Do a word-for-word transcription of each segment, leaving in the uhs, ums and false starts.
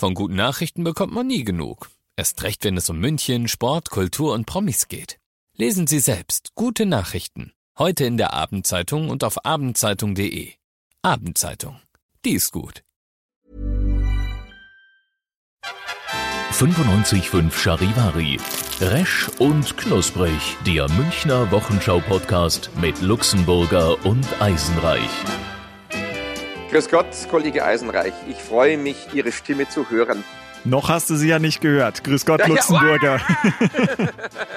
Von guten Nachrichten bekommt man nie genug. Erst recht, wenn es um München, Sport, Kultur und Promis geht. Lesen Sie selbst gute Nachrichten. Heute in der Abendzeitung und auf abendzeitung punkt de. Abendzeitung. Die ist gut. fünfundneunzig Komma fünf Charivari. Resch und knusprig. Der Münchner Wochenschau-Podcast mit Luxemburger und Eisenreich. Grüß Gott, Kollege Eisenreich. Ich freue mich, Ihre Stimme zu hören. Noch hast du sie ja nicht gehört. Grüß Gott, ja, Luxemburger. Ja.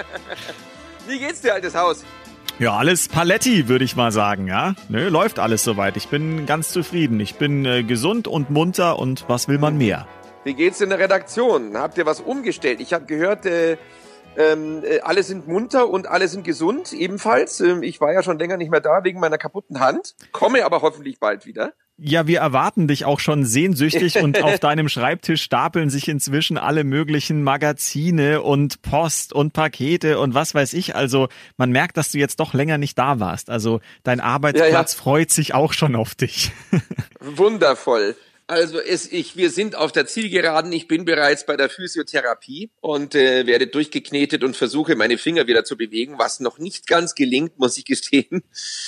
Wie geht's dir, altes Haus? Ja, alles Paletti, würde ich mal sagen, ja. Nö, läuft alles soweit. Ich bin ganz zufrieden. Ich bin äh, gesund und munter und was will man mehr? Wie geht's in der Redaktion? Habt ihr was umgestellt? Ich habe gehört, äh, ähm, äh, alle sind munter und alle sind gesund ebenfalls. Ähm, ich war ja schon länger nicht mehr da wegen meiner kaputten Hand, komme aber hoffentlich bald wieder. Ja, wir erwarten dich auch schon sehnsüchtig und auf deinem Schreibtisch stapeln sich inzwischen alle möglichen Magazine und Post und Pakete und was weiß ich. Also man merkt, dass du jetzt doch länger nicht da warst. Also dein Arbeitsplatz ja, ja. freut sich auch schon auf dich. Wundervoll. Also es, ich, wir sind auf der Zielgeraden. Ich bin bereits bei der Physiotherapie und äh, werde durchgeknetet und versuche, meine Finger wieder zu bewegen, was noch nicht ganz gelingt, muss ich gestehen.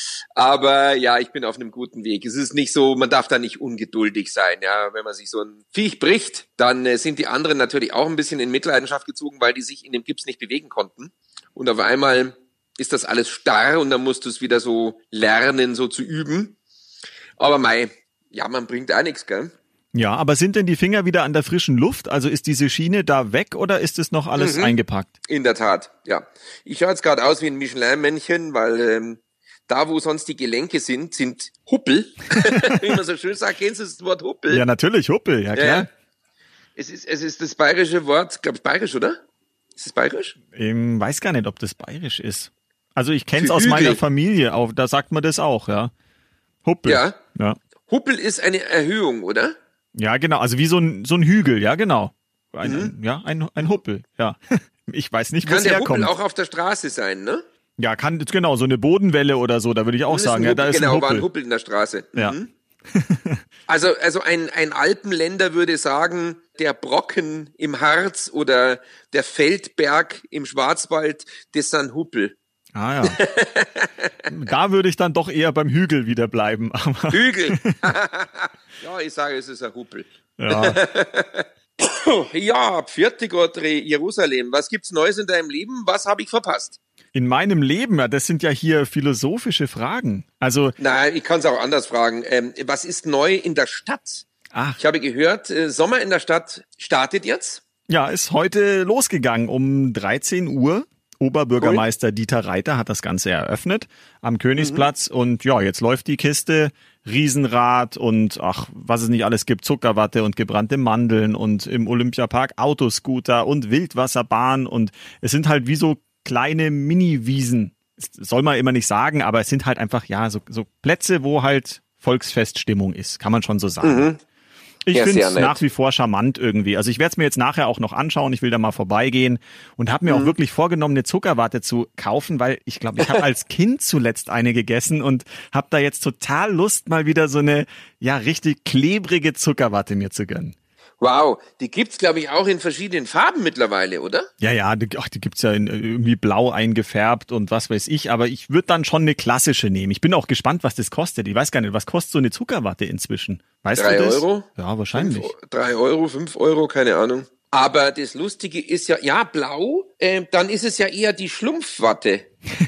Aber ja, ich bin auf einem guten Weg. Es ist nicht so, man darf da nicht ungeduldig sein. Ja, wenn man sich so ein Viech bricht, dann äh, sind die anderen natürlich auch ein bisschen in Mitleidenschaft gezogen, weil die sich in dem Gips nicht bewegen konnten. Und auf einmal ist das alles starr und dann musst du es wieder so lernen, so zu üben. Aber mei, ja, man bringt auch nichts, gell? Ja, aber sind denn die Finger wieder an der frischen Luft? Also ist diese Schiene da weg oder ist es noch alles mhm. eingepackt? In der Tat, ja. Ich schaue jetzt gerade aus wie ein Michelin-Männchen, weil ähm, da, wo sonst die Gelenke sind, sind Huppel. Wie man so schön sagt, kennst du das Wort Huppel? Ja, natürlich, Huppel, ja klar. Ja. Es ist, es ist das bayerische Wort, glaube ich, bayerisch, oder? Ist es bayerisch? Ich weiß gar nicht, ob das bayerisch ist. Also ich kenne es aus meiner Familie, auch, da sagt man das auch, ja. Huppel. Ja. ja. Huppel ist eine Erhöhung, oder? Ja, genau, also wie so ein, so ein Hügel, ja, genau. Ein, mhm. Ja, ein, ein Huppel, ja. Ich weiß nicht, wo es herkommt. Kann der Huppel auch auf der Straße sein, ne? Ja, kann, genau, so eine Bodenwelle oder so, da würde ich auch sagen, ja, da ist genau, ein Huppel. War ein Huppel in der Straße. Ja. Mhm. Also, also ein, ein Alpenländer würde sagen, der Brocken im Harz oder der Feldberg im Schwarzwald, das sind Huppel. Ah ja. Da würde ich dann doch eher beim Hügel wieder bleiben. Hügel? Ja, ich sage, es ist ein Huppel. Ja. Ja, Pfiat Gott, Jerusalem. Was gibt's Neues in deinem Leben? Was habe ich verpasst? In meinem Leben, ja, das sind ja hier philosophische Fragen. Also Nein, ich kann es auch anders fragen. Ähm, was ist neu in der Stadt? Ach. Ich habe gehört, äh, Sommer in der Stadt startet jetzt. Ja, ist heute losgegangen um dreizehn Uhr. Oberbürgermeister cool. Dieter Reiter hat das Ganze eröffnet am Königsplatz. Mhm. Und ja, jetzt läuft die Kiste. Riesenrad und ach, was es nicht alles gibt, Zuckerwatte und gebrannte Mandeln und im Olympiapark Autoscooter und Wildwasserbahn und es sind halt wie so kleine Mini-Wiesen. Das soll man immer nicht sagen, aber es sind halt einfach, ja, so, so Plätze, wo halt Volksfeststimmung ist, kann man schon so sagen. Mhm. Ich ja, finde es nach wie vor charmant irgendwie. Also ich werde es mir jetzt nachher auch noch anschauen. Ich will da mal vorbeigehen und habe mir mhm. auch wirklich vorgenommen, eine Zuckerwatte zu kaufen, weil ich glaube, ich habe als Kind zuletzt eine gegessen und habe da jetzt total Lust, mal wieder so eine ja richtig klebrige Zuckerwatte mir zu gönnen. Wow, die gibt's glaube ich auch in verschiedenen Farben mittlerweile, oder? Ja, ja, die, ach, die gibt's ja in, irgendwie blau eingefärbt und was weiß ich, aber ich würde dann schon eine klassische nehmen. Ich bin auch gespannt, was das kostet. Ich weiß gar nicht, was kostet so eine Zuckerwatte inzwischen? Weißt Drei du das? Euro? Ja, wahrscheinlich. Fünf, drei Euro, fünf Euro, keine Ahnung. Aber das Lustige ist ja, ja, blau, äh, dann ist es ja eher die Schlumpfwatte.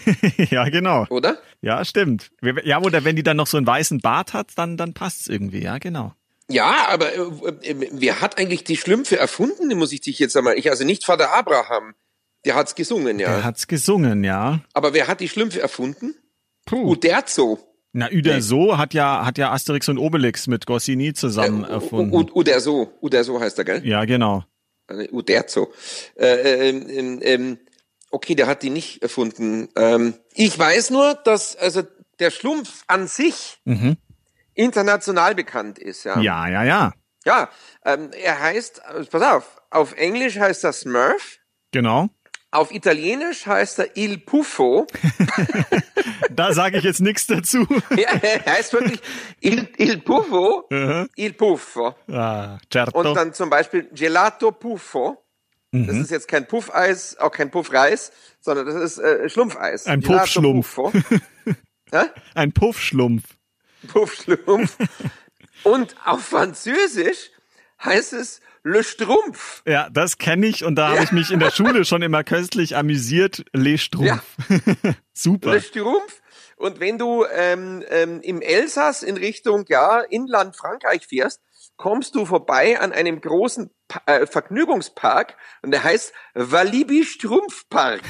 Ja, genau. Oder? Ja, stimmt. Ja, oder wenn die dann noch so einen weißen Bart hat, dann, dann passt's irgendwie, ja, genau. Ja, aber äh, wer hat eigentlich die Schlümpfe erfunden? Die muss ich dich jetzt einmal, ich also nicht Vater Abraham, der hat's gesungen, ja. Der hat's gesungen, ja. Aber wer hat die Schlümpfe erfunden? Puh. Uderzo. Na, Uderzo hat ja, hat ja Asterix und Obelix mit Goscinny zusammen äh, erfunden. Uderzo, Uderzo heißt er, gell? Ja, genau. Uderzo. Äh, ähm, ähm, okay, der hat die nicht erfunden. Ähm, ich weiß nur, dass also der Schlumpf an sich mhm. international bekannt ist. Ja, ja, ja. Ja, ja ähm, er heißt, pass auf, auf Englisch heißt er Smurf. Genau. Auf Italienisch heißt er Il Puffo. Da sage ich jetzt nichts dazu. Ja, er heißt wirklich Il, Il Puffo. Mhm. Il Puffo. Ah, certo. Und dann zum Beispiel Gelato Puffo. Mhm. Das ist jetzt kein Puffeis, auch kein Puffreis, sondern das ist äh, Schlumpfeis. Ein Gelato Puffschlumpf. Puffo. Hä? Ein Puffschlumpf. Puffschlumpf. Und auf Französisch heißt es Le Strumpf. Ja, das kenne ich und da habe ich mich in der Schule schon immer köstlich amüsiert. Le Strumpf. Ja. Super. Le Strumpf. Und wenn du ähm, ähm, im Elsass in Richtung ja Inland Frankreich fährst, kommst du vorbei an einem großen pa- äh, Vergnügungspark und der heißt Walibi Strumpfpark.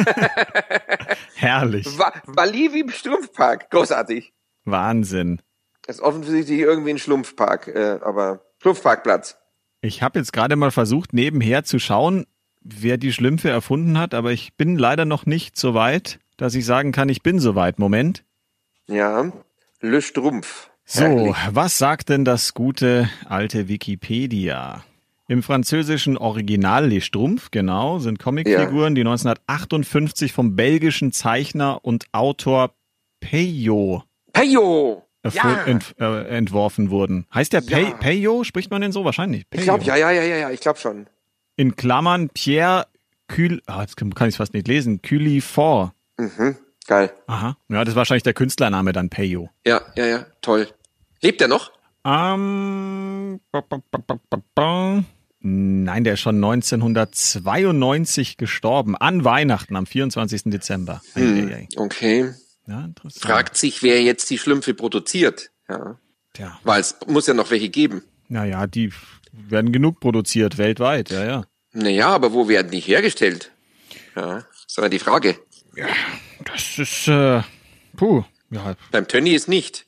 Herrlich. Wa- Walibi Strumpfpark. Großartig. Wahnsinn. Das ist offensichtlich irgendwie ein Schlumpfpark, äh, aber Schlumpfparkplatz. Ich habe jetzt gerade mal versucht, nebenher zu schauen, wer die Schlümpfe erfunden hat, aber ich bin leider noch nicht so weit, dass ich sagen kann, ich bin so weit. Moment. Ja, Le Strumpf. So, Herrlich. was sagt denn das gute alte Wikipedia? Im französischen Original Les Strumpf, genau, sind Comicfiguren, die neunzehnhundertachtundfünfzig vom belgischen Zeichner und Autor Peyo Peyo. erfu- Ja. ent, äh, entworfen wurden. Heißt der Pey, Ja. Peyo? Spricht man den so? Wahrscheinlich. Ich glaube, ja, ja, ja, ja, ja, ich glaube schon. In Klammern Pierre Cul... Ah, jetzt kann ich es fast nicht lesen. Cullifort. Mhm, geil. Aha. Ja, das ist wahrscheinlich der Künstlername dann, Peyo. Ja, ja, ja, toll. Lebt er noch? Ähm, ba, ba, ba, ba, ba, ba. Nein, der ist schon neunzehnhundertzweiundneunzig gestorben. An Weihnachten, am vierundzwanzigsten Dezember. Hm, Eieiei. okay. Ja, interessant. Fragt sich, wer jetzt die Schlümpfe produziert. Ja. Tja. Weil es muss ja noch welche geben. Naja, die werden genug produziert, weltweit, ja, ja. Naja, aber wo werden die hergestellt? Ja, ist aber die Frage. Das ist, äh, puh, ja. Beim Tönny ist nicht.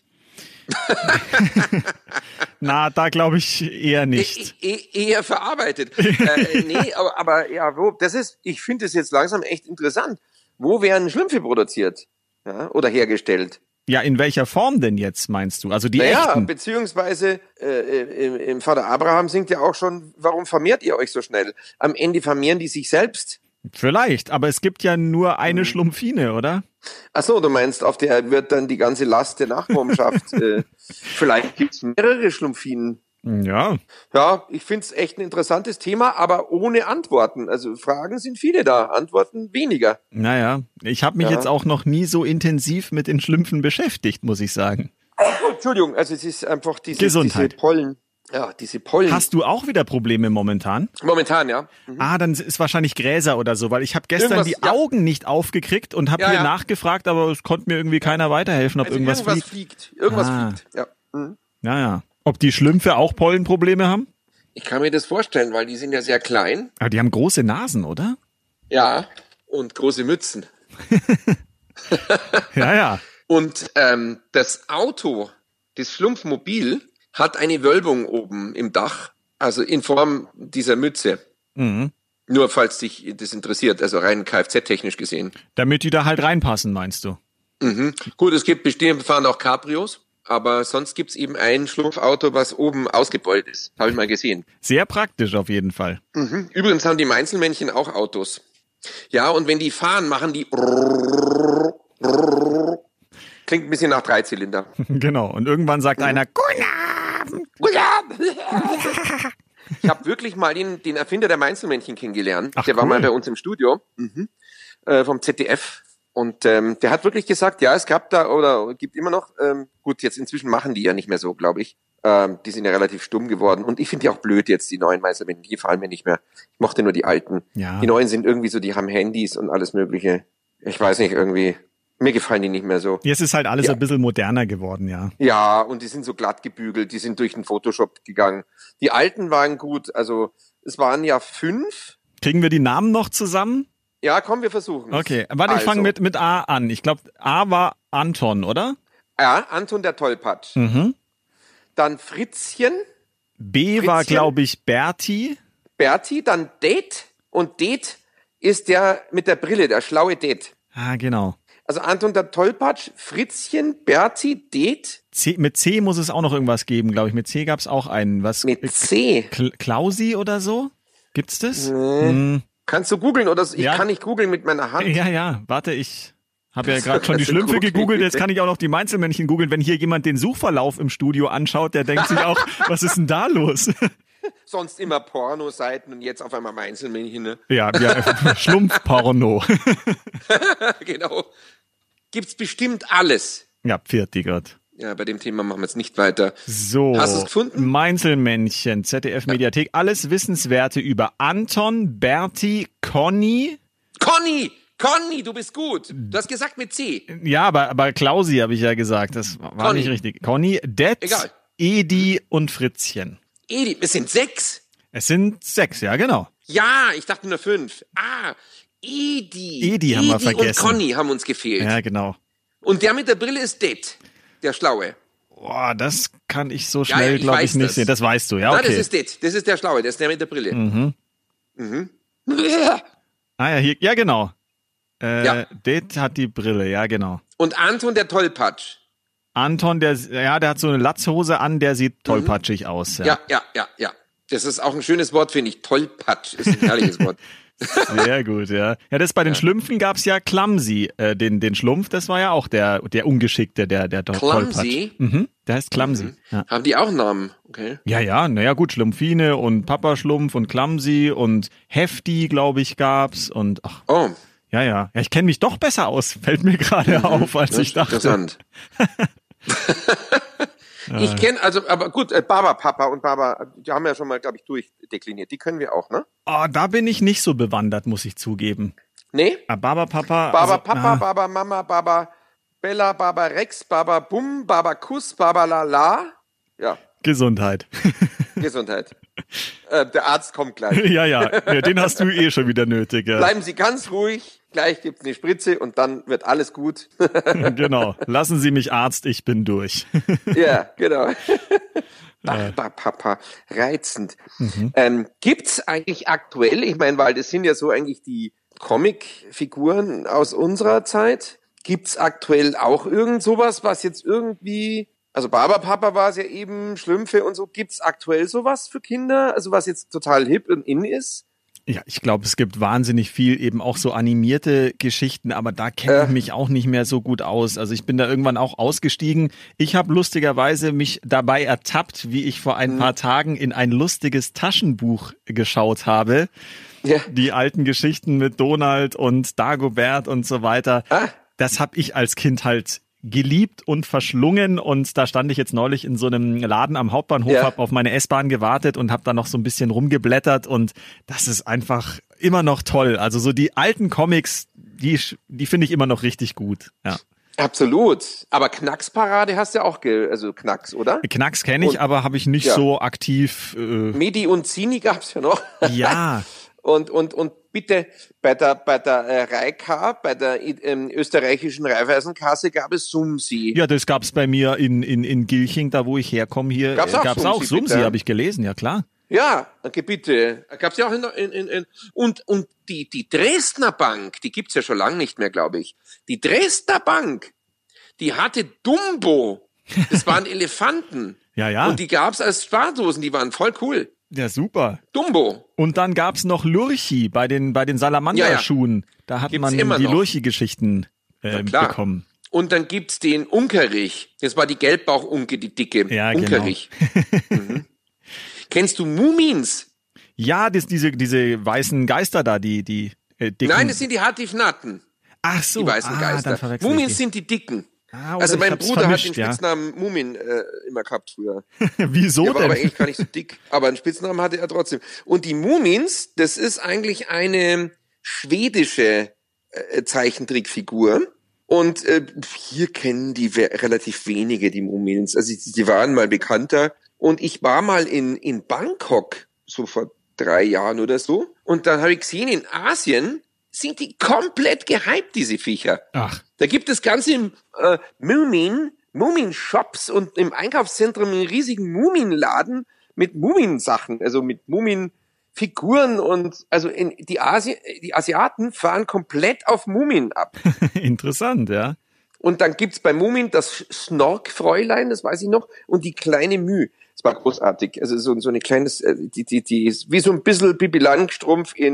Na, da glaube ich eher nicht. E e eher verarbeitet. äh, nee, aber, aber ja, wo, das ist, ich finde es jetzt langsam echt interessant. Wo werden Schlümpfe produziert? Ja, oder hergestellt? Ja, in welcher Form denn jetzt, meinst du? Also die Naja, echten? beziehungsweise äh, im, im Vater Abraham singt ja auch schon, warum vermehrt ihr euch so schnell? Am Ende vermehren die sich selbst. Vielleicht, aber es gibt ja nur eine Schlumpfine, oder? Ach so, du meinst, auf der wird dann die ganze Last der Nachkommenschaft. äh, vielleicht gibt's mehrere Schlumpfinen. Ja, Ja, ich find's echt ein interessantes Thema, aber ohne Antworten. Also Fragen sind viele da, Antworten weniger. naja. Ich habe mich Ja. jetzt auch noch nie so intensiv mit den Schlümpfen beschäftigt, muss ich sagen. Entschuldigung, also es ist einfach diese, Gesundheit. diese Pollen. Ja, diese Pollen. Hast du auch wieder Probleme momentan? Momentan, ja. Mhm. Ah, dann ist wahrscheinlich Gräser oder so, weil ich habe gestern Irgendwas, die ja. Augen nicht aufgekriegt und habe Ja, hier ja. nachgefragt, aber es konnte mir irgendwie keiner weiterhelfen, ob Also irgendwas, irgendwas fliegt. fliegt. Irgendwas Ah. fliegt, ja. Mhm. Naja. Ob die Schlümpfe auch Pollenprobleme haben? Ich kann mir das vorstellen, weil die sind ja sehr klein. Aber die haben große Nasen, oder? Ja. Und große Mützen. Ja, ja. Und ähm, das Auto, das Schlumpfmobil, hat eine Wölbung oben im Dach, also in Form dieser Mütze. Mhm. Nur falls dich das interessiert, also rein Kfz-technisch gesehen. Damit die da halt reinpassen, meinst du? Mhm. Gut, es gibt bestimmt fahren auch Cabrios, aber sonst gibt's eben ein Schlumpfauto, was oben ausgebeult ist. Habe ich mal gesehen. Sehr praktisch auf jeden Fall. Mhm. Übrigens haben die Mainzelmännchen auch Autos. Ja, und wenn die fahren, machen die klingt ein bisschen nach Dreizylinder. Genau. Und irgendwann sagt einer, Guten Abend. Ich habe wirklich mal den, den Erfinder der Mainzelmännchen kennengelernt. Ach, der war cool. mal bei uns im Studio mhm. äh, vom Z D F. Und ähm, der hat wirklich gesagt, ja, es gab da oder gibt immer noch, ähm, gut, jetzt inzwischen machen die ja nicht mehr so, glaube ich. Ähm, die sind ja relativ stumm geworden. Und ich finde die auch blöd jetzt, die neuen Mainzelmännchen. Die gefallen mir nicht mehr. Ich mochte nur die alten. Ja. Die neuen sind irgendwie so, die haben Handys und alles mögliche. Ich weiß nicht, irgendwie, mir gefallen die nicht mehr so. Jetzt ist halt alles Ja. ein bisschen moderner geworden, ja. Ja, und die sind so glatt gebügelt, die sind durch den Photoshop gegangen. Die alten waren gut, also es waren ja fünf. Kriegen wir die Namen noch zusammen? Ja, komm, wir versuchen. Okay, warte, ich also, fange mit, mit A an. Ich glaube, A war Anton, oder? Ja, Anton der Tollpatsch. Mhm. Dann Fritzchen, B war, Fritzchen. glaube ich, Berti. Berti, dann Date. Und Date ist der mit der Brille, der schlaue Date. Ah, genau. Also Anton der Tollpatsch, Fritzchen, Berti, Date C, mit C muss es auch noch irgendwas geben, glaube ich. Mit C gab es auch einen. Was? mit C. Kl Klausi oder so? Gibt's das? Nee. Hm, Kannst du googeln oder ich Ja. kann nicht googeln mit meiner Hand? Ja, ja, warte, ich habe ja gerade schon die Also Schlümpfe googeln, gegoogelt, jetzt bitte. kann ich auch noch die Mainzelmännchen googeln. Wenn hier jemand den Suchverlauf im Studio anschaut, der denkt sich auch, was ist denn da los? Sonst immer Pornoseiten und jetzt auf einmal Einzelmännchen. Ne? Ja, ja Schlumpfporno. Genau. Gibt's bestimmt alles. Ja, Pfirtigert. Ja, bei dem Thema machen wir jetzt nicht weiter. So, Hast du's gefunden? Mainzelmännchen, Z D F-Mediathek, alles Wissenswerte über Anton, Berti, Conny. Conny! Conny, du bist gut. Du hast gesagt mit C. Ja, aber, aber Klausi habe ich ja gesagt, das war Conny. nicht richtig. Conny, Det, Egal. Edi und Fritzchen. Edi, es sind sechs. Es sind sechs, ja genau. Ja, ich dachte nur fünf. Ah, Edi. Edi haben wir vergessen. Und Conny haben uns gefehlt. Ja, genau. Und der mit der Brille ist Det, der Schlaue. Boah, das kann ich so Ja, schnell, ja, ich glaube ich, weiß nicht das. sehen. Das weißt du, ja, Nein, okay. das ist Det. Das ist der Schlaue, das ist der mit der Brille. Mhm. Mhm. Ah ja, hier, ja genau. Äh, Ja. Det hat die Brille, ja genau. Und Anton, der Tollpatsch. Anton, der, ja, der hat so eine Latzhose an, der sieht tollpatschig aus. Ja. Ja, ja, ja, ja. Das ist auch ein schönes Wort, finde ich. Tollpatsch ist ein herrliches Wort. Sehr gut, ja. Ja, das bei den Schlümpfen gab's ja Clumsy, äh, den, den Schlumpf, das war ja auch der, der Ungeschickte, der, der to- Clumsy? Tollpatsch. Mhm, der heißt Clumsy. Ja. Haben die auch einen Namen? Okay. Ja, ja, naja, gut, Schlumpfine und Papa Schlumpf und Clumsy und Hefti, glaube ich, gab's und ach, Oh, ja, ja. Ja, ich kenne mich doch besser aus, fällt mir gerade auf, als das ich ist dachte. interessant. Ich kenne, also, aber gut, äh, Baba Papa und Baba, die haben wir ja schon mal, glaube ich, durchdekliniert. Die können wir auch, ne? Oh, da bin ich nicht so bewandert, muss ich zugeben. Nee? Ah, Baba Papa. Baba also, Papa, na, Baba Mama, Baba Bella, Baba Rex, Baba Bum, Baba Kuss, Baba Lala. Ja, Gesundheit. Gesundheit. äh, der Arzt kommt gleich. ja, ja, ja, den hast du eh schon wieder nötig. Ja. Bleiben Sie ganz ruhig, gleich gibt's eine Spritze und dann wird alles gut. Genau. Lassen Sie mich Arzt, ich bin durch. Ja, genau. Baba Papa, reizend. Mhm. Ähm, gibt's eigentlich aktuell, ich meine, weil das sind ja so eigentlich die Comic-Figuren aus unserer Zeit, gibt's aktuell auch irgend sowas, was jetzt irgendwie, also Baba Papa war es ja eben, Schlümpfe und so, gibt's aktuell sowas für Kinder, also was jetzt total hip und in ist? Ja, ich glaube, es gibt wahnsinnig viel eben auch so animierte Geschichten, aber da kenne ich Äh. mich auch nicht mehr so gut aus. Also ich bin da irgendwann auch ausgestiegen. Ich habe lustigerweise mich dabei ertappt, wie ich vor ein paar Tagen in ein lustiges Taschenbuch geschaut habe. Ja. Die alten Geschichten mit Donald und Dagobert und so weiter. Ah. Das habe ich als Kind halt geliebt und verschlungen und da stand ich jetzt neulich in so einem Laden am Hauptbahnhof, Ja. habe auf meine S-Bahn gewartet und habe da noch so ein bisschen rumgeblättert und das ist einfach immer noch toll. Also so die alten Comics, die, die finde ich immer noch richtig gut. Ja. Absolut. Aber Knacksparade hast du ja auch, ge also Knacks, oder? Knacks kenne ich, Und- aber habe ich nicht ja. so aktiv. Äh, Medi und Zini gab's ja noch. ja, Und, und, und bitte, bei der, bei der äh, Reika, bei der ähm, österreichischen Raiffeisenkasse gab es Sumsi. ja, das gab's bei mir in in in Gilching, da wo ich herkomme hier. Gab's äh, auch gab's auch Sumsi, Sumsi, bitte? habe ich gelesen, ja klar. Ja, okay, bitte. Gab's ja auch in, in, in, in und, und die, die Dresdner Bank, die gibt's ja schon lange nicht mehr, glaube ich. Die Dresdner Bank, die hatte Dumbo. Das waren Elefanten. Ja, ja. Und die gab's als Spardosen, die waren voll cool. Ja, super. Dumbo. Und dann gab's noch Lurchi bei den bei den Salamander-Schuhen. Da hat Gibt's man immer die noch. Lurchi-Geschichten äh, Na klar. bekommen. Und dann gibt's den Unkerich. Das war die Gelbbauchunke, die dicke. Ja, genau. Unkerich. mhm. Kennst du Mumins? Ja, das, diese diese weißen Geister da, die die äh, dicken. Nein, das sind die Hatifnatten, Ach so, die weißen ah, Geister. Dann verwechsel ich Mumins die. sind die dicken. Ah, oder Also ich mein hab's Bruder vermischt, hat den ja. Spitznamen Mumin äh, immer gehabt früher. Wieso Der war denn? aber eigentlich gar nicht so dick, aber einen Spitznamen hatte er trotzdem. Und die Mumins, das ist eigentlich eine schwedische äh, Zeichentrickfigur. Und äh, hier kennen die we relativ wenige, die Mumins. Also die, die waren mal bekannter. Und ich war mal in, in Bangkok, so vor drei Jahren oder so. Und dann habe ich gesehen, in Asien sind die komplett gehypt, diese Viecher. Ach, Da gibt es ganze äh, Mumin, Mumin-Shops und im Einkaufszentrum einen riesigen Muminladen mit Mumin-Sachen, also mit Mumin-Figuren und also in, die, Asi die Asiaten fahren komplett auf Mumin ab. interessant, ja. Und dann gibt's bei Mumin das Snorkfräulein, das weiß ich noch, und die kleine Müh. Das war großartig. Also so, so eine kleines, äh, die, die, die ist wie so ein bisschen Bibi Langstrumpf in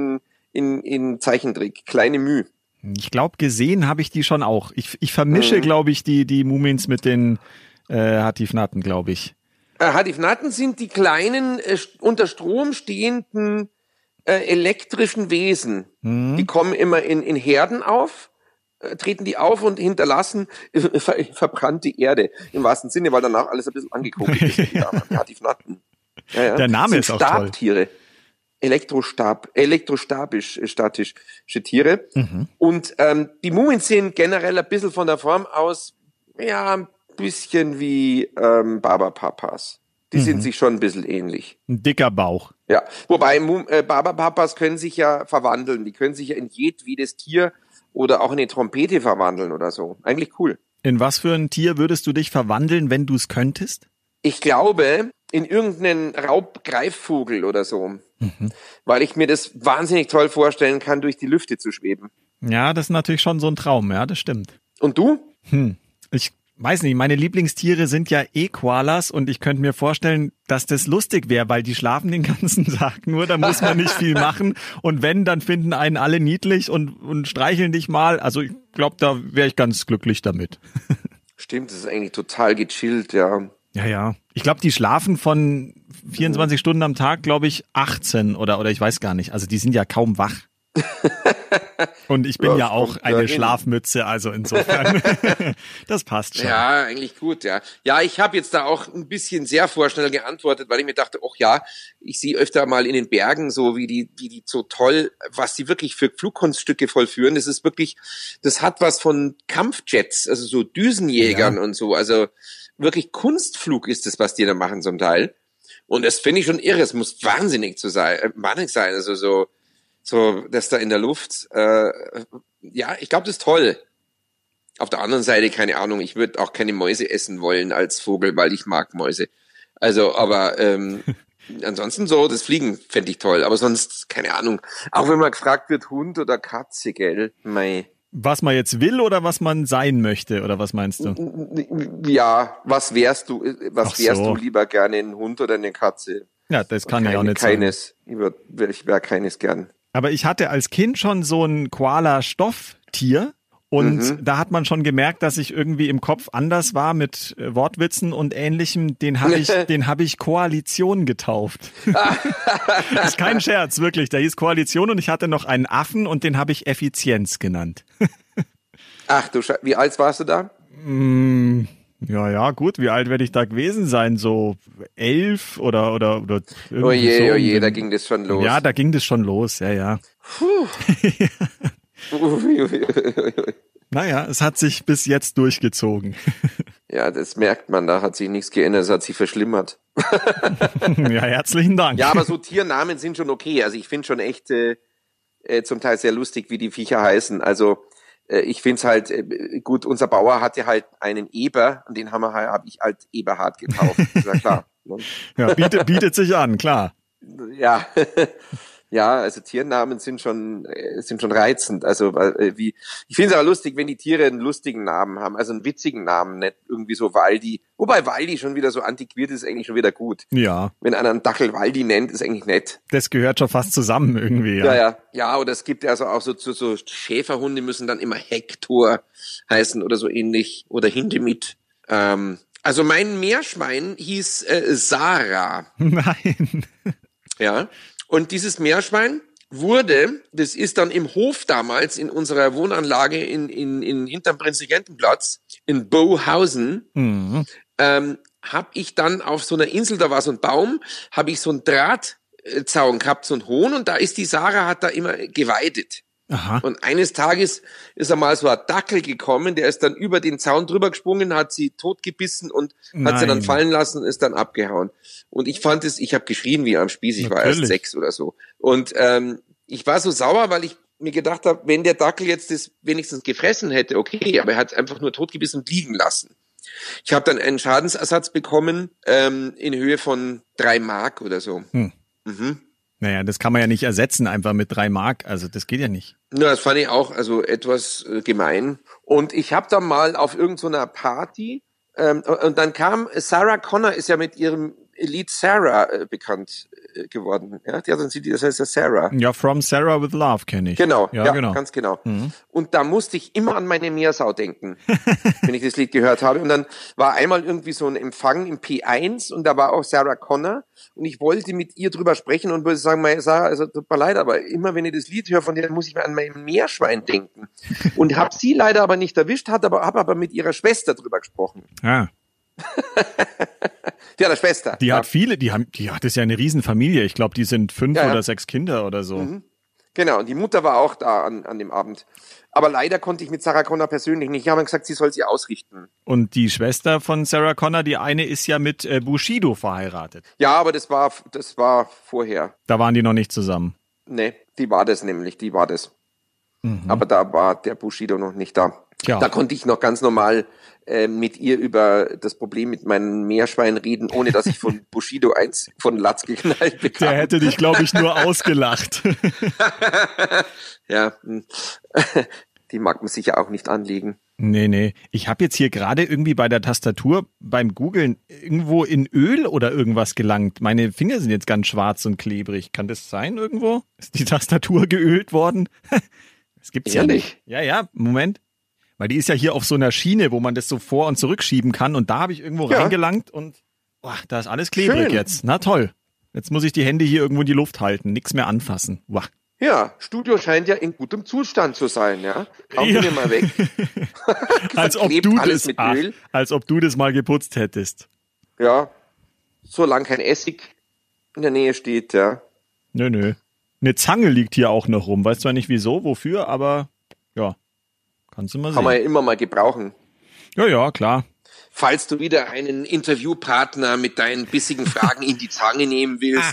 in, in Zeichentrick. Kleine Müh. Ich glaube, gesehen habe ich die schon auch. Ich, ich vermische, mhm. glaube ich, die, die Mumins mit den äh, Hatifnatten, glaube ich. Äh, Hatifnatten sind die kleinen, äh, unter Strom stehenden äh, elektrischen Wesen. Mhm. Die kommen immer in, in Herden auf, äh, treten die auf und hinterlassen äh, ver, verbrannte Erde. Im wahrsten Sinne, weil danach alles ein bisschen angekokelt ist. Ja, die Hatifnatten. Ja, ja. Der Name ist auch Stabtiere. toll. Elektrostab, elektrostabisch, statische Tiere. Mhm. Und ähm, die Mumien sehen generell ein bisschen von der Form aus, ja, ein bisschen wie ähm, Barberpapas. Die mhm. sind sich schon ein bisschen ähnlich. Ein dicker Bauch. Ja, wobei Mum- äh, Barberpapas können sich ja verwandeln. Die können sich ja in jedwedes Tier oder auch in eine Trompete verwandeln oder so. Eigentlich cool. In was für ein Tier würdest du dich verwandeln, wenn du es könntest? Ich glaube, in irgendeinen Raubgreifvogel oder so. Mhm. Weil ich mir das wahnsinnig toll vorstellen kann, durch die Lüfte zu schweben. Ja, das ist natürlich schon so ein Traum, ja, das stimmt. Und du? Hm. Ich weiß nicht, meine Lieblingstiere sind ja eh Koalas und ich könnte mir vorstellen, dass das lustig wäre, weil die schlafen den ganzen Tag nur, da muss man nicht viel machen und wenn, dann finden einen alle niedlich und, und streicheln dich mal. Also ich glaube, da wäre ich ganz glücklich damit. Stimmt, das ist eigentlich total gechillt, ja. Ja, ja. Ich glaube, die schlafen von vierundzwanzig mhm. Stunden am Tag, glaube ich, achtzehn oder oder ich weiß gar nicht. Also die sind ja kaum wach. Und ich bin ja, ja auch eine Schlafmütze, also insofern, das passt schon. Ja, eigentlich gut, ja. Ja, ich habe jetzt da auch ein bisschen sehr vorschnell geantwortet, weil ich mir dachte, ach ja, ich sehe öfter mal in den Bergen so, wie die, wie die so toll, was die wirklich für Flugkunststücke vollführen. Das ist wirklich, das hat was von Kampfjets, also so Düsenjägern ja. und so, also wirklich Kunstflug ist es, was die da machen zum Teil. Und das finde ich schon irre, es muss wahnsinnig zu sein, äh, wahnsinnig sein, also so, so, das da in der Luft, äh, ja, ich glaube, das ist toll. Auf der anderen Seite, keine Ahnung, ich würde auch keine Mäuse essen wollen als Vogel, weil ich mag Mäuse. Also, aber ähm, ansonsten so, das Fliegen fände ich toll, aber sonst, keine Ahnung. Auch wenn man gefragt wird, Hund oder Katze, gell, mei. Was man jetzt will oder was man sein möchte, oder was meinst du? Ja, was wärst du, was Ach wärst so. du lieber gerne, ein Hund oder eine Katze? Ja, das kann Keine, ich auch nicht keines. sagen. Keines, ich, ich wäre keines gern. Aber ich hatte als Kind schon so ein Koala-Stofftier und mhm. da hat man schon gemerkt, dass ich irgendwie im Kopf anders war mit Wortwitzen und Ähnlichem. Den habe ich, den habe ich Koalition getauft. Das ist kein Scherz, wirklich. Der hieß Koalition und ich hatte noch einen Affen und den habe ich Effizienz genannt. Ach du Scheiße, wie alt warst du da? Mm. Ja, ja, gut. Wie alt werde ich da gewesen sein? So elf oder oder oder irgendwie Oh je, so. oh je, da ging das schon los. Ja, da ging das schon los. Ja, ja. Puh. Naja, es hat sich bis jetzt durchgezogen. Ja, das merkt man. Da hat sich nichts geändert. Es hat sich verschlimmert. Ja, herzlichen Dank. Ja, aber so Tiernamen sind schon okay. Also ich finde schon echt äh, äh, zum Teil sehr lustig, wie die Viecher heißen. Also ich finde es halt äh, gut, unser Bauer hatte halt einen Eber und den haben wir halt, habe ich halt Eberhard getauft. Ist ja klar. Ne? Ja, bietet, bietet sich an, klar. Ja, ja, also Tiernamen sind schon äh, sind schon reizend. Also äh, wie ich finde es aber lustig, wenn die Tiere einen lustigen Namen haben, also einen witzigen Namen, nicht irgendwie so Waldi. Wobei Waldi schon wieder so antiquiert ist, ist eigentlich schon wieder gut. Ja. Wenn einer einen Dackel Waldi nennt, ist eigentlich nett. Das gehört schon fast zusammen irgendwie, ja. Ja, ja. Ja, oder es gibt ja also auch so, so, so Schäferhunde müssen dann immer Hektor heißen oder so ähnlich. Oder Hindemith. Ähm, also mein Meerschwein hieß äh, Sarah. Nein. Ja. Und dieses Meerschwein wurde, das ist dann im Hof damals in unserer Wohnanlage in, in, in hinterm Prinzregentenplatz in Bohausen, mhm. ähm, habe ich dann auf so einer Insel, da war so ein Baum, habe ich so einen Drahtzaun gehabt, so einen hohen, und da ist die Sarah, hat da immer geweidet. Aha. Und eines Tages ist einmal so ein Dackel gekommen, der ist dann über den Zaun drüber gesprungen, hat sie totgebissen und Nein. hat sie dann fallen lassen und ist dann abgehauen. Und ich fand es, ich habe geschrien wie am Spieß, ich Natürlich. war erst sechs oder so. Und ähm, ich war so sauer, weil ich mir gedacht habe, wenn der Dackel jetzt das wenigstens gefressen hätte, okay, aber er hat einfach nur totgebissen und liegen lassen. Ich habe dann einen Schadensersatz bekommen ähm, in Höhe von drei Mark oder so. Hm. Mhm. Naja, das kann man ja nicht ersetzen einfach mit drei Mark, also das geht ja nicht. Ja, das fand ich auch also etwas äh, gemein. Und ich habe dann mal auf irgendeiner Party, ähm, und dann kam, Sarah Connor ist ja mit ihrem Lied Sarah äh, bekannt äh, geworden. Ja, die hat uns das heißt ja Sarah. Ja, From Sarah with Love kenne ich. Genau, ja, ja, genau. ganz genau. Mhm. Und da musste ich immer an meine Meersau denken, wenn ich das Lied gehört habe. Und dann war einmal irgendwie so ein Empfang im P eins und da war auch Sarah Connor und ich wollte mit ihr drüber sprechen und wollte sagen, Sarah, also tut mir leid, aber immer wenn ich das Lied höre von dir, dann muss ich mir an mein Meerschwein denken. Und habe sie leider aber nicht erwischt, hat aber habe aber mit ihrer Schwester drüber gesprochen. Ah. Die hat eine Schwester. Die ja. hat viele, die haben, die hat ist ja eine Riesenfamilie. Ich glaube, die sind fünf ja, ja. oder sechs Kinder oder so. Mhm. Genau, und die Mutter war auch da an, an dem Abend. Aber leider konnte ich mit Sarah Connor persönlich nicht. Ich habe gesagt, sie soll sie ausrichten. Und die Schwester von Sarah Connor, die eine ist ja mit äh, Bushido verheiratet. Ja, aber das war, das war vorher. Da waren die noch nicht zusammen. Nee, die war das nämlich, die war das. Mhm. Aber da war der Bushido noch nicht da. Tja. Da konnte ich noch ganz normal äh, mit ihr über das Problem mit meinem Meerschwein reden, ohne dass ich von Bushido eins von Latz geknallt bekam. Der hätte dich, glaube ich, nur ausgelacht. Ja, die mag man sicher auch nicht anlegen. Nee, nee. Ich habe jetzt hier gerade irgendwie bei der Tastatur beim Googlen irgendwo in Öl oder irgendwas gelangt. Meine Finger sind jetzt ganz schwarz und klebrig. Kann das sein irgendwo? Ist die Tastatur geölt worden? Das gibt's ja nicht. Ja, ja, Moment. Weil die ist ja hier auf so einer Schiene, wo man das so vor- und zurückschieben kann. Und da habe ich irgendwo ja. reingelangt und boah, da ist alles klebrig Schön. jetzt. Na toll. Jetzt muss ich die Hände hier irgendwo in die Luft halten. Nichts mehr anfassen. Wow. Ja, Studio scheint ja in gutem Zustand zu sein, ja. Kaum ja. mal weg. als, ob du das, ach, als ob du das mal geputzt hättest. Ja, solange kein Essig in der Nähe steht, ja. Nö, nö. Eine Zange liegt hier auch noch rum. Weiß zwar nicht wieso, wofür, aber ja, kannst du mal sehen. Kann man ja immer mal gebrauchen. Ja, ja, klar. Falls du wieder einen Interviewpartner mit deinen bissigen Fragen in die Zange nehmen willst.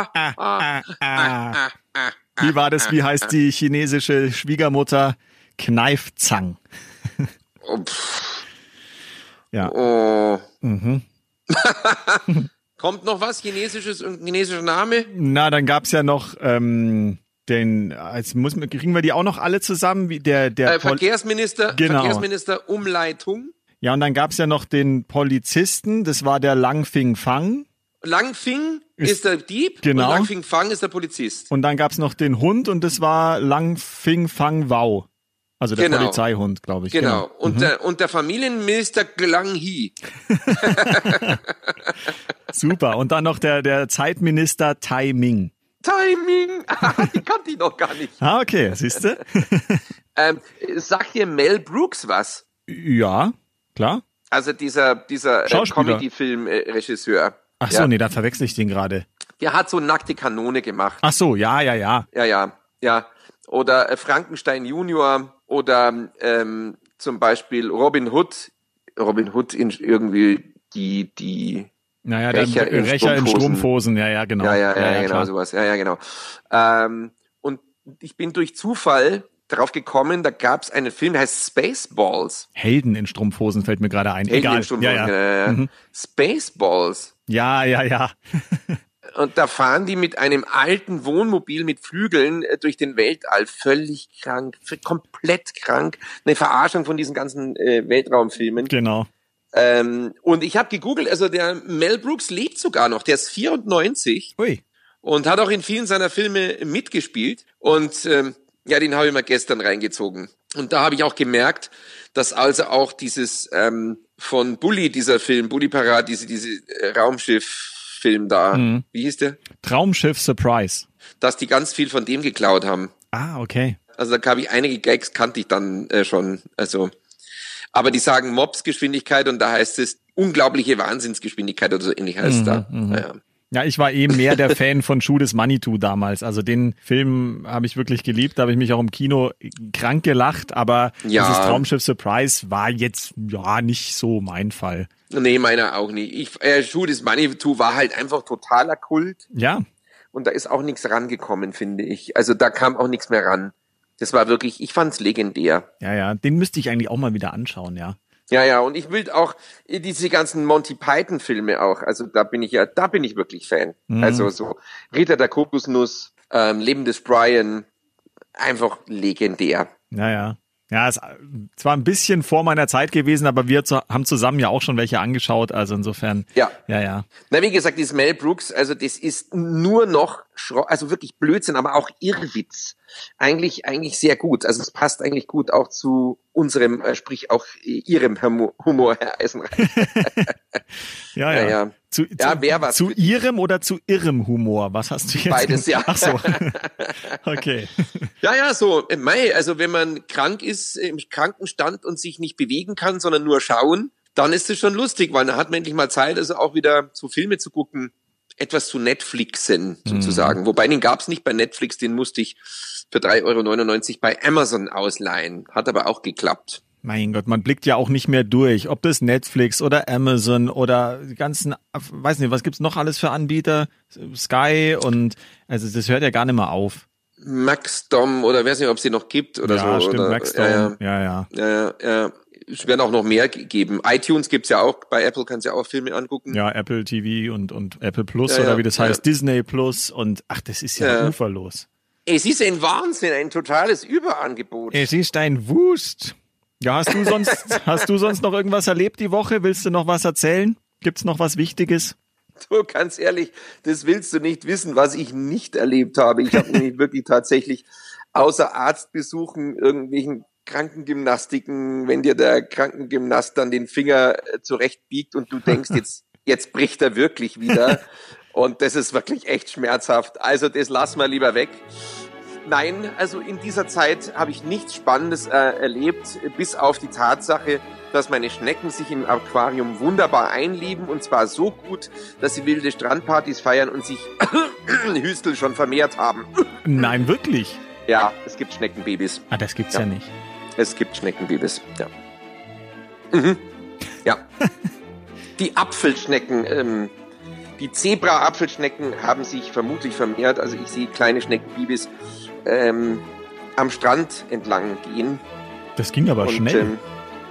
Wie war das? Wie heißt die chinesische Schwiegermutter? Kneifzang. Oh, pff. Ja. Oh. Mhm. Kommt noch was Chinesisches, ein chinesischer Name? Na, dann gab's ja noch ähm, den, jetzt muss, kriegen wir die auch noch alle zusammen? Wie der, der äh, Verkehrsminister, genau. Verkehrsminister Umleitung. Ja, und dann gab's ja noch den Polizisten, das war der Lang Fing Fang. Lang Fing ist, ist der Dieb genau. und Lang Fing Fang ist der Polizist. Und dann gab's noch den Hund und das war Lang Fing Fang Wau. Also der genau. Polizeihund, glaube ich. Genau. genau. Und, mhm. der, und der Familienminister Lang Hi. Super. Und dann noch der, der Zeitminister Tai Ming. Tai Ming, die kannte ich noch gar nicht. Ah, okay, siehst du? ähm, sagt dir Mel Brooks was? Ja, klar. Also dieser, dieser äh, Comedy-Film-Regisseur. Ach so, ja. nee, da verwechsel ich den gerade. Der hat so Nackte Kanone gemacht. Ach so, ja, ja, ja. Ja, ja, ja. Oder äh, Frankenstein Junior oder ähm, zum Beispiel Robin Hood. Robin Hood in irgendwie die, die Naja, der Rächer in, Rächer in Strumpfhosen, ja, ja, genau. Ja, ja, ja, ja, ja genau, klar. sowas. Ja, ja, genau. Ähm, und ich bin durch Zufall drauf gekommen, da gab's einen Film, der heißt Spaceballs. Helden in Strumpfhosen fällt mir gerade ein. Helden Egal. in Strumpfhosen, ja, ja. äh, Mhm. Spaceballs. Ja, ja, ja. Und da fahren die mit einem alten Wohnmobil mit Flügeln äh, durch den Weltall. Völlig krank, komplett krank. Eine Verarschung von diesen ganzen äh, Weltraumfilmen. Genau. Ähm, und ich habe gegoogelt, also der Mel Brooks lebt sogar noch. Der ist vierundneunzig. Ui. Und hat auch in vielen seiner Filme mitgespielt. Und ähm, ja, den habe ich mir gestern reingezogen. Und da habe ich auch gemerkt, dass also auch dieses ähm, von Bully, dieser Film, Bully Parade, diese, diese äh, Raumschiff-Film da, Mhm. wie hieß der? Traumschiff Surprise. Dass die ganz viel von dem geklaut haben. Ah, okay. Also da habe ich einige Gags, kannte ich dann äh, schon. Also, aber die sagen Mobsgeschwindigkeit und da heißt es unglaubliche Wahnsinnsgeschwindigkeit oder so ähnlich heißt es Mhm, da. mhm. Naja. Ja, ich war eben mehr der Fan von Schuh des Manitou damals. Also den Film habe ich wirklich geliebt. Da habe ich mich auch im Kino krank gelacht. Aber Ja. dieses Traumschiff Surprise war jetzt ja nicht so mein Fall. Nee, meiner auch nicht. Ich, äh, Schuh des Manitou war halt einfach totaler Kult. Ja, Und da ist auch nichts rangekommen, finde ich. Also da kam auch nichts mehr ran. Das war wirklich, ich fand's legendär. ja, ja. Den müsste ich eigentlich auch mal wieder anschauen, ja. Ja, ja, und ich will auch diese ganzen Monty Python Filme auch. Also da bin ich ja, da bin ich wirklich Fan. Mhm. Also so Ritter der Kokosnuss, ähm, Leben des Brian, einfach legendär. Ja, ja. Ja, es war ein bisschen vor meiner Zeit gewesen, aber wir zu, haben zusammen ja auch schon welche angeschaut, also insofern. Ja. Ja, ja. Na, wie gesagt, dieses Mel Brooks, also das ist nur noch, also wirklich Blödsinn, aber auch Irrwitz. Eigentlich, eigentlich sehr gut. Also es passt eigentlich gut auch zu unserem, äh, sprich auch ihrem Humor, Herr Eisenreich. ja, ja. ja, ja. Zu, ja, zu, wer was zu ihrem oder zu irrem Humor? Was hast du jetzt? Beides, ja. Ach so. Okay. Ja, ja, so, Mai, also wenn man krank ist, im Krankenstand und sich nicht bewegen kann, sondern nur schauen, dann ist es schon lustig, weil dann hat man endlich mal Zeit, also auch wieder so Filme zu gucken, etwas zu Netflixen sozusagen. Mhm. Wobei, den gab's nicht bei Netflix, den musste ich für drei Euro neunundneunzig bei Amazon ausleihen. Hat aber auch geklappt. Mein Gott, man blickt ja auch nicht mehr durch, ob das Netflix oder Amazon oder die ganzen, weiß nicht, was gibt's noch alles für Anbieter? Sky und, also das hört ja gar nicht mehr auf. Maxdom oder weiß nicht, ob es die noch gibt oder ja, so. Ja, stimmt, oder, Maxdom, ja, ja. ja, ja. Ja, ja, ja. Es werden auch noch mehr geben. iTunes gibt's ja auch, bei Apple kannst du ja auch Filme angucken. Ja, Apple T V und, und Apple Plus ja, oder ja, wie das heißt, ja. Disney Plus und ach, das ist ja, ja uferlos. Es ist ein Wahnsinn, ein totales Überangebot. Es ist ein Wust. Ja, hast du sonst, hast du sonst noch irgendwas erlebt die Woche? Willst du noch was erzählen? Gibt's noch was Wichtiges? Du, ganz ehrlich, das willst du nicht wissen, was ich nicht erlebt habe. Ich habe nämlich wirklich tatsächlich außer Arztbesuchen, irgendwelchen Krankengymnastiken, wenn dir der Krankengymnast dann den Finger zurechtbiegt und du denkst, jetzt, jetzt bricht er wirklich wieder. Und das ist wirklich echt schmerzhaft. Also das lassen wir lieber weg. Nein, also in dieser Zeit habe ich nichts Spannendes äh, erlebt, bis auf die Tatsache, dass meine Schnecken sich im Aquarium wunderbar einleben und zwar so gut, dass sie wilde Strandpartys feiern und sich Hüstel schon vermehrt haben. Nein, wirklich? Ja, es gibt Schneckenbabys. Ah, das gibt's ja, ja nicht. Es gibt Schneckenbabys, ja. Mhm. Ja. Die Apfelschnecken, ähm, die Zebra-Apfelschnecken haben sich vermutlich vermehrt. Also ich sehe kleine Schneckenbabys ähm, am Strand entlang gehen. Das ging aber und, schnell. Ähm,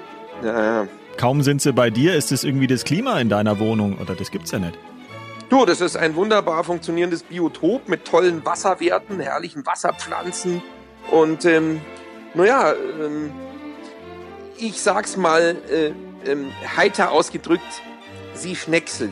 ja, Kaum sind sie bei dir, ist es irgendwie das Klima in deiner Wohnung oder das gibt's ja nicht. Du, das ist ein wunderbar funktionierendes Biotop mit tollen Wasserwerten, herrlichen Wasserpflanzen und ähm, naja, ähm, ich sag's mal äh, ähm, heiter ausgedrückt, sie schneckseln.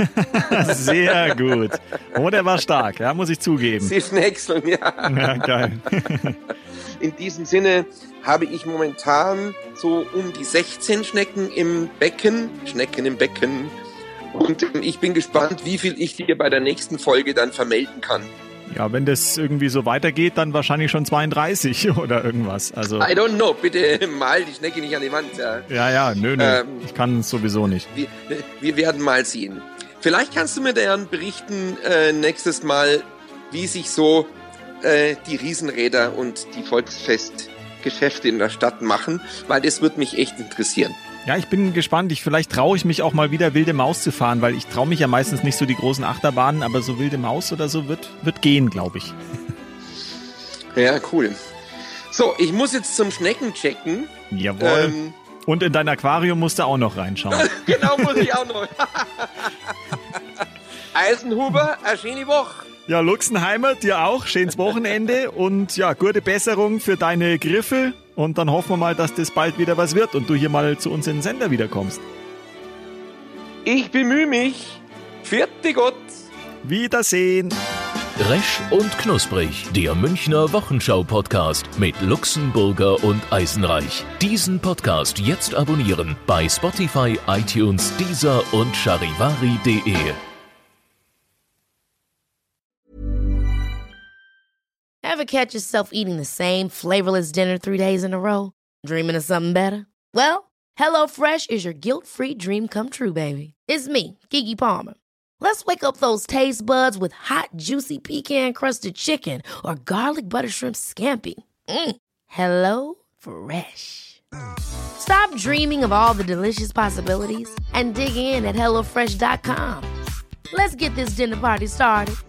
Sehr gut. Oh, der war stark, ja, muss ich zugeben. Sie schneckseln, ja. Ja, geil. In diesem Sinne habe ich momentan so um die sechzehn Schnecken im Becken, Schnecken im Becken. Und ich bin gespannt, wie viel ich dir bei der nächsten Folge dann vermelden kann. Ja, wenn das irgendwie so weitergeht, dann wahrscheinlich schon zweiunddreißig oder irgendwas. Also I don't know, bitte mal die Schnecke nicht an die Wand. Ja, ja, ja nö, nö. Ähm, ich kann es sowieso nicht. Wir, wir werden mal sehen. Vielleicht kannst du mir dann berichten äh, nächstes Mal, wie sich so äh, die Riesenräder und die Volksfestgeschäfte in der Stadt machen, weil das wird mich echt interessieren. Ja, ich bin gespannt. Ich, vielleicht traue ich mich auch mal wieder Wilde Maus zu fahren, weil ich traue mich ja meistens nicht so die großen Achterbahnen, aber so Wilde Maus oder so wird, wird gehen, glaube ich. Ja, cool. So, ich muss jetzt zum Schnecken checken. Jawohl. Ähm, Und in dein Aquarium musst du auch noch reinschauen. Genau, muss ich auch noch. Eisenhuber, eine schöne Woche. Ja, Luxenheimer, dir auch. Schönes Wochenende und ja, gute Besserung für deine Griffe. Und dann hoffen wir mal, dass das bald wieder was wird und du hier mal zu uns in den Sender wiederkommst. Ich bemühe mich. Vierte Gott. Wiedersehen. Resch und Knusprig, der Münchner Wochenschau-Podcast mit Luxemburger und Eisenreich. Diesen Podcast jetzt abonnieren bei Spotify, iTunes, Deezer und charivari punkt de. Ever catch yourself eating the same flavorless dinner three days in a row? Dreaming of something better? Well, HelloFresh is your guilt-free dream come true, baby. It's me, Keke Palmer. Let's wake up those taste buds with hot, juicy pecan-crusted chicken or garlic butter shrimp scampi. Mm. Hello Fresh. Stop dreaming of all the delicious possibilities and dig in at hello fresh dot com. Let's get this dinner party started.